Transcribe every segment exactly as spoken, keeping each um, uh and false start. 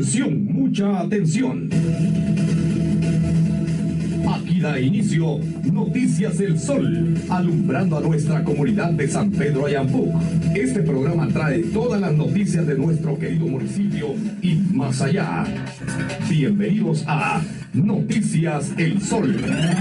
Atención, mucha atención. Aquí da inicio Noticias del Sol, alumbrando a nuestra comunidad de San Pedro Ayampuc. Este programa trae todas las noticias de nuestro querido municipio y más allá. Bienvenidos a Noticias del Sol.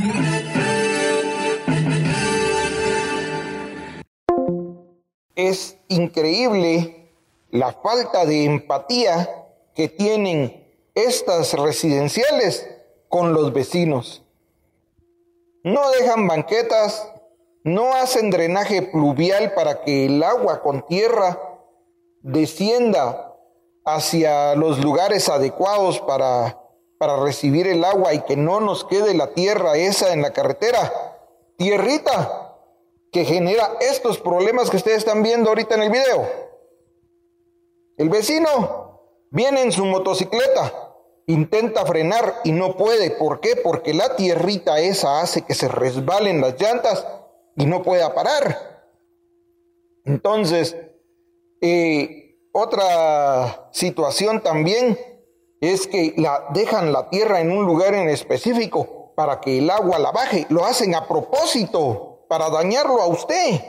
Es increíble la falta de empatía que tienen estas residenciales con los vecinos. No dejan banquetas, no hacen drenaje pluvial para que el agua con tierra descienda hacia los lugares adecuados para, para recibir el agua y que no nos quede la tierra esa en la carretera. Tierrita que genera estos problemas que ustedes están viendo ahorita en el video. El vecino viene en su motocicleta, intenta frenar y no puede. ¿Por qué? Porque la tierrita esa hace que se resbalen las llantas y no pueda parar. Entonces, eh, otra situación también es que la, dejan la tierra en un lugar en específico para que el agua la baje. Lo hacen a propósito, para dañarlo a usted.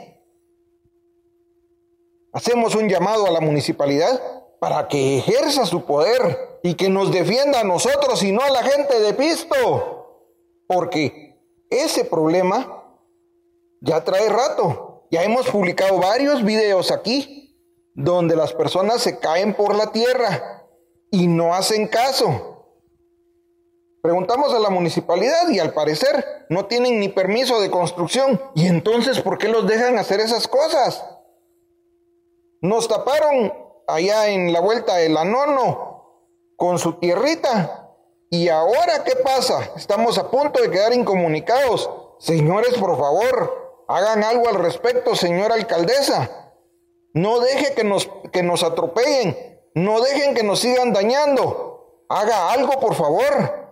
Hacemos un llamado a la municipalidad para que ejerza su poder y que nos defienda a nosotros y no a la gente de Pisto. Porque ese problema ya trae rato. Ya hemos publicado varios videos aquí donde las personas se caen por la tierra y no hacen caso. Preguntamos a la municipalidad y al parecer no tienen ni permiso de construcción. ¿Y entonces por qué los dejan hacer esas cosas? Nos taparon allá en la vuelta del Anono con su tierrita. ¿Y ahora qué pasa? Estamos a punto de quedar incomunicados. Señores, por favor, hagan algo al respecto, señora alcaldesa. No deje que nos, que nos atropellen. No dejen que nos sigan dañando. Haga algo, por favor.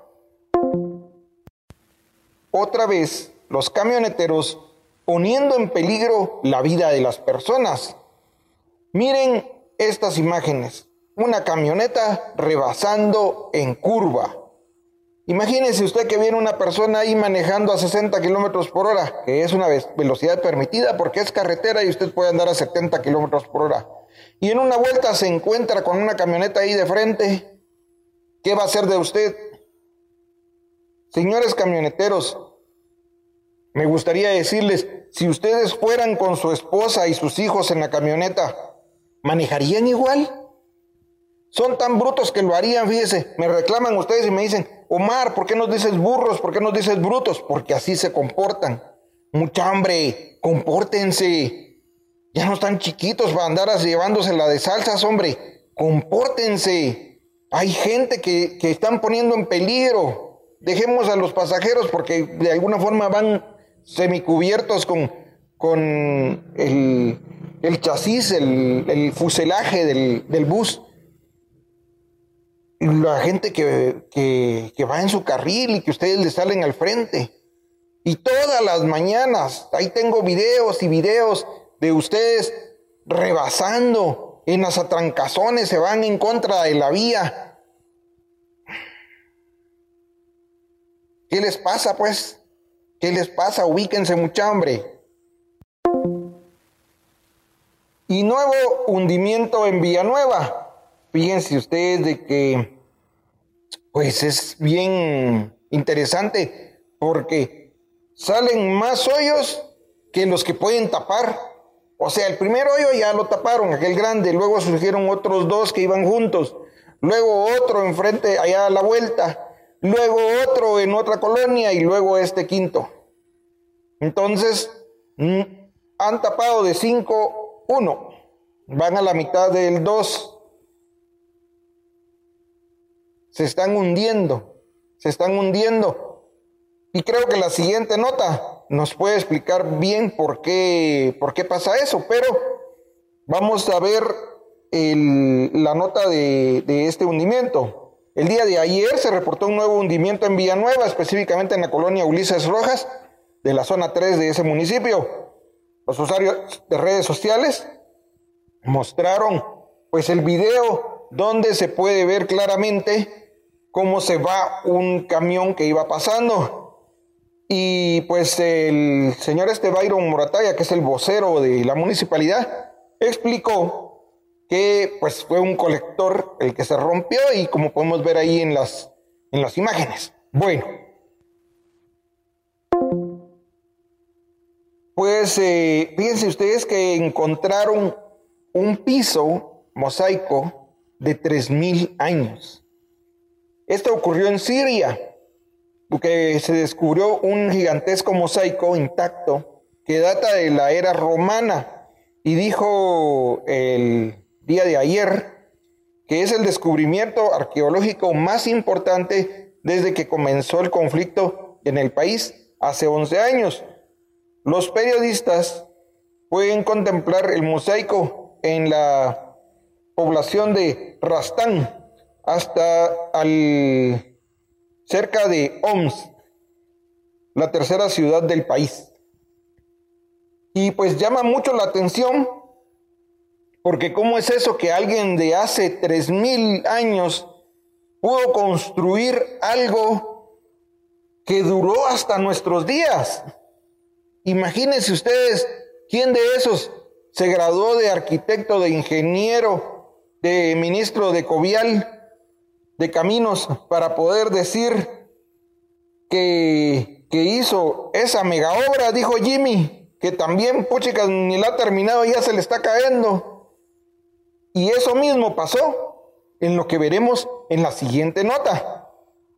Otra vez, los camioneteros poniendo en peligro la vida de las personas. Miren estas imágenes. Una camioneta rebasando en curva. Imagínese usted que viene una persona ahí manejando a sesenta kilómetros por hora, que es una velocidad permitida porque es carretera y usted puede andar a setenta kilómetros por hora. Y en una vuelta se encuentra con una camioneta ahí de frente. ¿Qué va a hacer de usted? Señores camioneteros, me gustaría decirles, si ustedes fueran con su esposa y sus hijos en la camioneta, ¿manejarían igual? Son tan brutos que lo harían, fíjese. Me reclaman ustedes y me dicen, Omar, ¿por qué nos dices burros? ¿Por qué nos dices brutos? Porque así se comportan. Mucha hambre, compórtense. Ya no están chiquitos para andar así llevándosela de salsas, hombre. Compórtense. Hay gente que, que están poniendo en peligro. Dejemos a los pasajeros porque de alguna forma van semicubiertos con, con el, el chasis, el, el fuselaje del, del bus. La gente que, que, que va en su carril y que ustedes le salen al frente. Y todas las mañanas, ahí tengo videos y videos de ustedes rebasando en las atrancazones, se van en contra de la vía. ¿Qué les pasa, pues? ¿Qué les pasa? Ubíquense, mucha hambre. Y nuevo hundimiento en Villanueva. Fíjense ustedes de que, pues es bien interesante, porque salen más hoyos que los que pueden tapar. O sea, el primer hoyo ya lo taparon, aquel grande, luego surgieron otros dos que iban juntos, luego otro enfrente, allá a la vuelta, luego otro en otra colonia y luego este quinto. Entonces, han tapado de cinco, uno, van a la mitad del dos. Se están hundiendo, se están hundiendo. Y creo que la siguiente nota nos puede explicar bien por qué, por qué pasa eso, pero vamos a ver el, la nota de, de este hundimiento. El día de ayer se reportó un nuevo hundimiento en Villanueva, específicamente en la colonia Ulises Rojas, de la zona tres de ese municipio. Los usuarios de redes sociales mostraron pues el video donde se puede ver claramente cómo se va un camión que iba pasando. Y pues el señor este Byron Morataya, que es el vocero de la municipalidad, explicó que pues fue un colector el que se rompió, y como podemos ver ahí en las, en las imágenes. Bueno, pues eh, fíjense ustedes que encontraron un piso mosaico de tres mil años. Esto ocurrió en Siria, porque se descubrió un gigantesco mosaico intacto que data de la era romana, y dijo el día de ayer que es el descubrimiento arqueológico más importante desde que comenzó el conflicto en el país hace once años. Los periodistas pueden contemplar el mosaico en la población de Rastán hasta al cerca de Homs, la tercera ciudad del país. Y pues llama mucho la atención, porque ¿cómo es eso que alguien de hace tres mil años pudo construir algo que duró hasta nuestros días? Imagínense ustedes, ¿quién de esos se graduó de arquitecto, de ingeniero, de ministro de Covial, de Caminos, para poder decir que, que hizo esa mega obra? Dijo Jimmy, que también, puchicas, ni la ha terminado, ya se le está cayendo. Y eso mismo pasó en lo que veremos en la siguiente nota.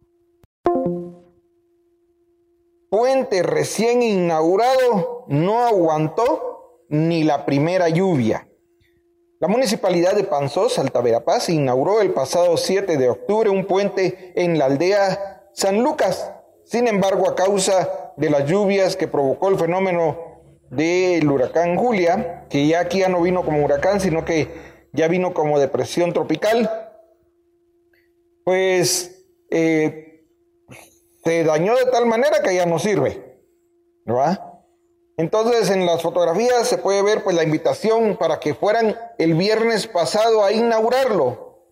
Puente recién inaugurado no aguantó ni la primera lluvia. La municipalidad de Panzós, Alta Verapaz, inauguró el pasado siete de octubre un puente en la aldea San Lucas. Sin embargo, a causa de las lluvias que provocó el fenómeno del huracán Julia, que ya aquí ya no vino como huracán, sino que ya vino como depresión tropical, pues eh, se dañó de tal manera que ya no sirve, ¿verdad? Entonces en las fotografías se puede ver pues la invitación para que fueran el viernes pasado a inaugurarlo.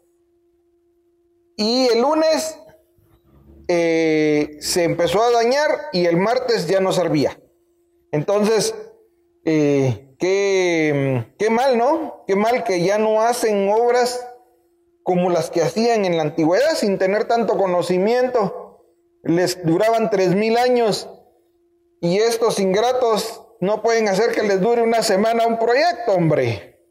Y el lunes eh, se empezó a dañar y el martes ya no servía. Entonces, eh, qué, qué mal, ¿no? Qué mal que ya no hacen obras como las que hacían en la antigüedad sin tener tanto conocimiento. Les duraban tres mil años. Y estos ingratos no pueden hacer que les dure una semana un proyecto, hombre.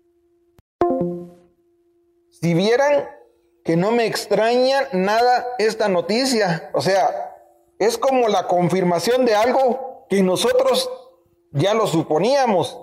Si vieran que no me extraña nada esta noticia, o sea, es como la confirmación de algo que nosotros ya lo suponíamos.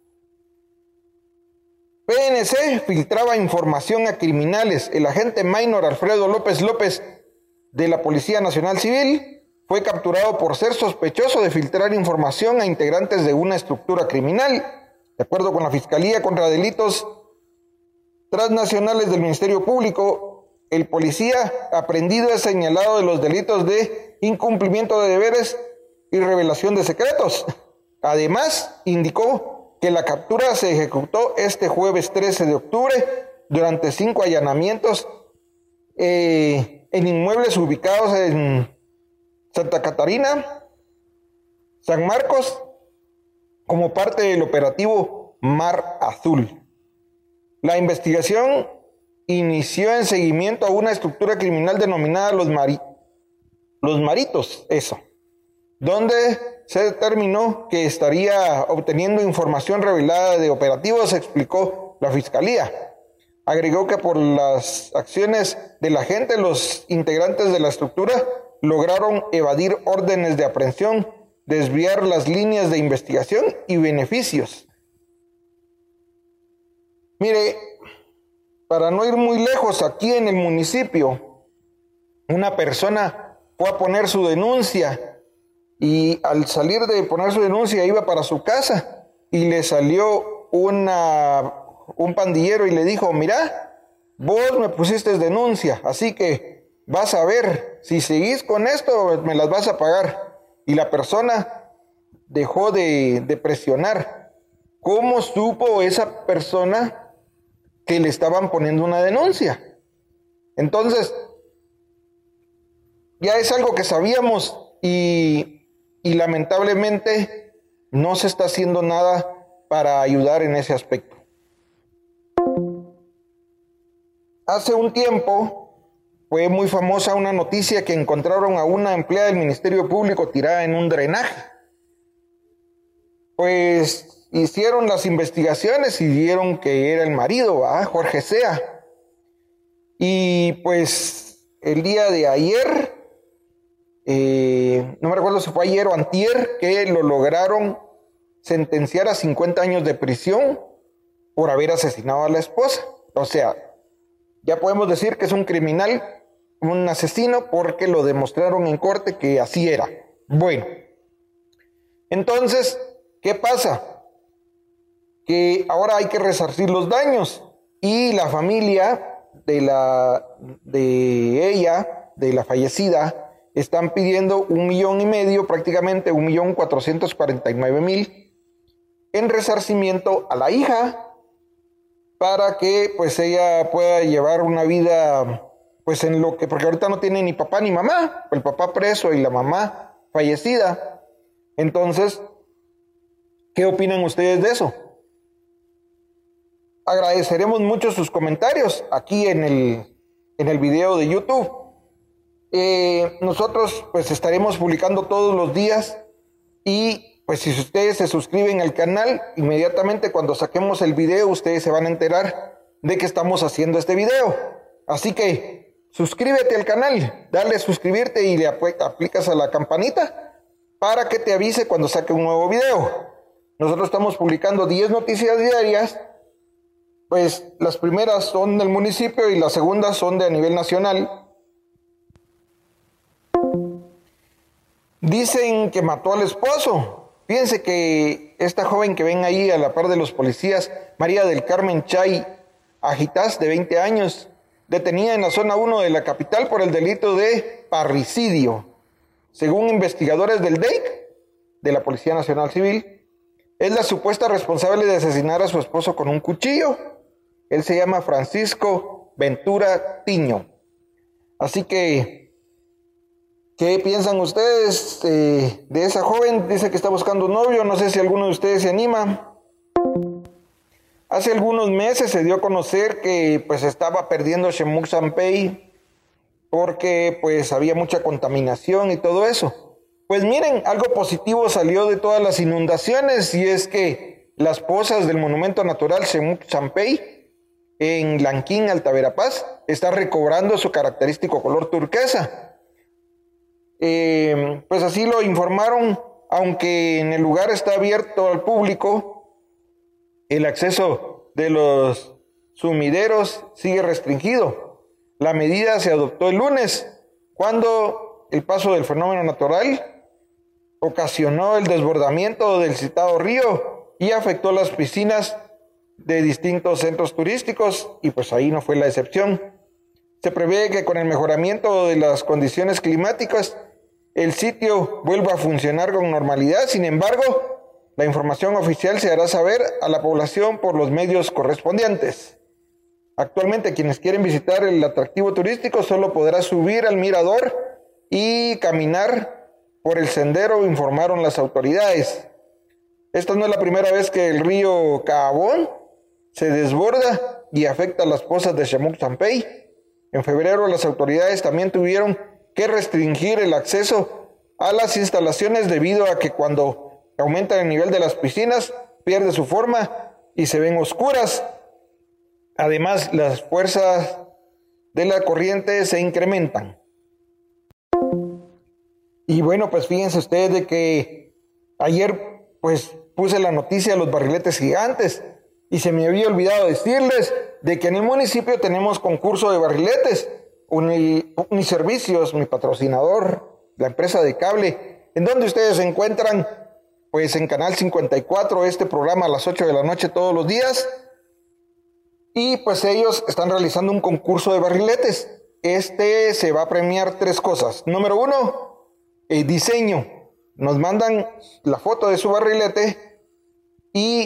P N C filtraba información a criminales. El agente minor Alfredo López López de la Policía Nacional Civil fue capturado por ser sospechoso de filtrar información a integrantes de una estructura criminal. De acuerdo con la Fiscalía contra Delitos Transnacionales del Ministerio Público, el policía aprendido es señalado de los delitos de incumplimiento de deberes y revelación de secretos. Además, indicó que la captura se ejecutó este jueves trece de octubre durante cinco allanamientos eh, en inmuebles ubicados en Santa Catarina, San Marcos, como parte del operativo Mar Azul. La investigación inició en seguimiento a una estructura criminal denominada Los, Mari- Los Maritos, eso, donde se determinó que estaría obteniendo información revelada de operativos, explicó la Fiscalía. Agregó que por las acciones de la gente, los integrantes de la estructura lograron evadir órdenes de aprehensión, desviar las líneas de investigación y beneficios. Mire, para no ir muy lejos, aquí en el municipio, una persona fue a poner su denuncia y al salir de poner su denuncia iba para su casa y le salió una, un pandillero y le dijo: mira, vos me pusiste denuncia, así que vas a ver, si seguís con esto me las vas a pagar. Y la persona dejó de, de presionar. ¿Cómo supo esa persona que le estaban poniendo una denuncia. Entonces, ya es algo que sabíamos y, y lamentablemente no se está haciendo nada para ayudar en ese aspecto. Hace un tiempo fue muy famosa una noticia que encontraron a una empleada del Ministerio Público tirada en un drenaje. Pues hicieron las investigaciones y vieron que era el marido, ¿verdad? Jorge Sea. Y pues el día de ayer, eh, no me recuerdo si fue ayer o antier, que lo lograron sentenciar a cincuenta años de prisión por haber asesinado a la esposa. O sea, ya podemos decir que es un criminal, un asesino, porque lo demostraron en corte que así era. Bueno, entonces, ¿qué pasa? Que ahora hay que resarcir los daños y la familia de la de ella, de la fallecida, están pidiendo un millón y medio, prácticamente un millón cuatrocientos cuarenta y nueve mil en resarcimiento a la hija, para que pues ella pueda llevar una vida pues en lo que, porque ahorita no tiene ni papá ni mamá, el papá preso y la mamá fallecida. Entonces, ¿qué opinan ustedes de eso? Agradeceremos mucho sus comentarios aquí en el, en el video de YouTube. Eh, nosotros pues estaremos publicando todos los días y pues si ustedes se suscriben al canal, inmediatamente cuando saquemos el video, ustedes se van a enterar de que estamos haciendo este video. Así que suscríbete al canal, dale a suscribirte y le aplicas a la campanita para que te avise cuando saque un nuevo video. Nosotros estamos publicando diez noticias diarias, pues las primeras son del municipio y las segundas son de a nivel nacional. Dicen que mató al esposo. Fíjense que esta joven que ven ahí a la par de los policías, María del Carmen Chay Agitás, de veinte años, detenida en la zona uno de la capital por el delito de parricidio. Según investigadores del D E I C, de la Policía Nacional Civil, es la supuesta responsable de asesinar a su esposo con un cuchillo. Él se llama Francisco Ventura Tiño. Así que, ¿qué piensan ustedes eh, de esa joven? Dice que está buscando un novio, no sé si alguno de ustedes se anima. Hace algunos meses se dio a conocer que pues estaba perdiendo Shemuc Sampey porque pues había mucha contaminación y todo eso. Pues miren, algo positivo salió de todas las inundaciones y es que las pozas del monumento natural Shemuc Sampey en Lanquín, Alta Verapaz, está recobrando su característico color turquesa. Eh, pues así lo informaron, aunque en el lugar está abierto al público, el acceso de los sumideros sigue restringido. La medida se adoptó el lunes, cuando el paso del fenómeno natural ocasionó el desbordamiento del citado río y afectó las piscinas de distintos centros turísticos, y pues ahí no fue la excepción. Se prevé que con el mejoramiento de las condiciones climáticas el sitio vuelva a funcionar con normalidad. Sin embargo, la información oficial se hará saber a la población por los medios correspondientes. Actualmente, quienes quieren visitar el atractivo turístico solo podrá subir al mirador y caminar por el sendero, informaron las autoridades. Esta no es la primera vez que el río Caabón se desborda y afecta las pozas de Shemuc Sampey. En febrero, las autoridades también tuvieron que restringir el acceso a las instalaciones debido a que cuando aumenta el nivel de las piscinas, pierde su forma y se ven oscuras. Además, las fuerzas de la corriente se incrementan. Y bueno, pues fíjense ustedes de que ayer pues puse la noticia de los barriletes gigantes y se me había olvidado decirles de que en el municipio tenemos concurso de barriletes. Uni, Uniservicios, mi patrocinador, la empresa de cable, en donde ustedes se encuentran pues en Canal cincuenta y cuatro, este programa a las ocho de la noche todos los días. Y pues ellos están realizando un concurso de barriletes. Este se va a premiar tres cosas. Número uno, el diseño. Nos mandan la foto de su barrilete y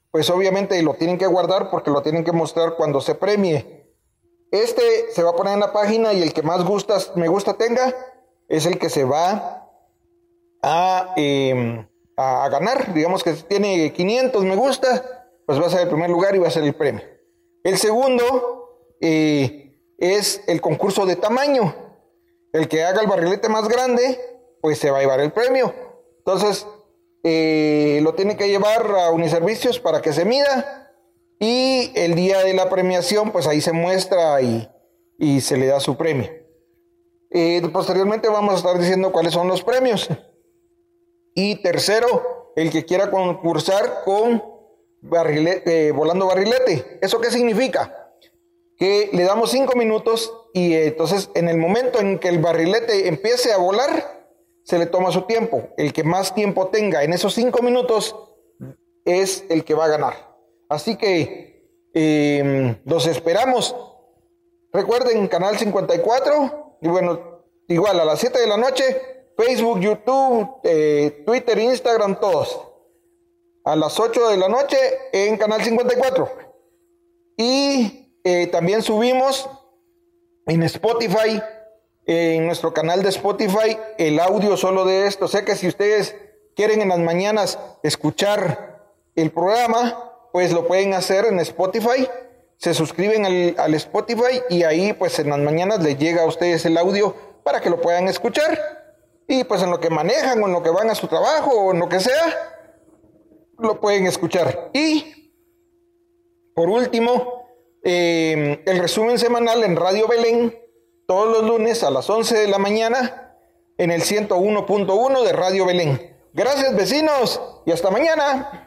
pues obviamente lo tienen que guardar porque lo tienen que mostrar cuando se premie. Este se va a poner en la página y el que más gusta, me gusta tenga es el que se va a, eh, a ganar. Digamos que si tiene quinientos me gusta, pues va a ser el primer lugar y va a ser el premio. El segundo eh, es el concurso de tamaño. El que haga el barrilete más grande, pues se va a llevar el premio. Entonces, eh, lo tiene que llevar a Uniservicios para que se mida. Y el día de la premiación, pues ahí se muestra y, y se le da su premio. Eh, posteriormente vamos a estar diciendo cuáles son los premios. Y tercero, el que quiera concursar con barrilete, eh, volando barrilete. ¿Eso qué significa? Que le damos cinco minutos y eh, entonces en el momento en que el barrilete empiece a volar, se le toma su tiempo. El que más tiempo tenga en esos cinco minutos es el que va a ganar. Así que eh, los esperamos. Recuerden, Canal cincuenta y cuatro, y bueno, igual a las siete de la noche, Facebook, YouTube, eh, Twitter, Instagram, todos. A las ocho de la noche en Canal cincuenta y cuatro. Y eh, también subimos en Spotify, eh, en nuestro canal de Spotify, el audio solo de esto. O sea que si ustedes quieren en las mañanas escuchar el programa, pues lo pueden hacer en Spotify. Se suscriben al, al Spotify y ahí pues en las mañanas les llega a ustedes el audio para que lo puedan escuchar. Y pues en lo que manejan o en lo que van a su trabajo o en lo que sea, lo pueden escuchar. Y por último, eh, el resumen semanal en Radio Belén, todos los lunes a las once de la mañana en el ciento uno punto uno de Radio Belén. Gracias, vecinos, y hasta mañana.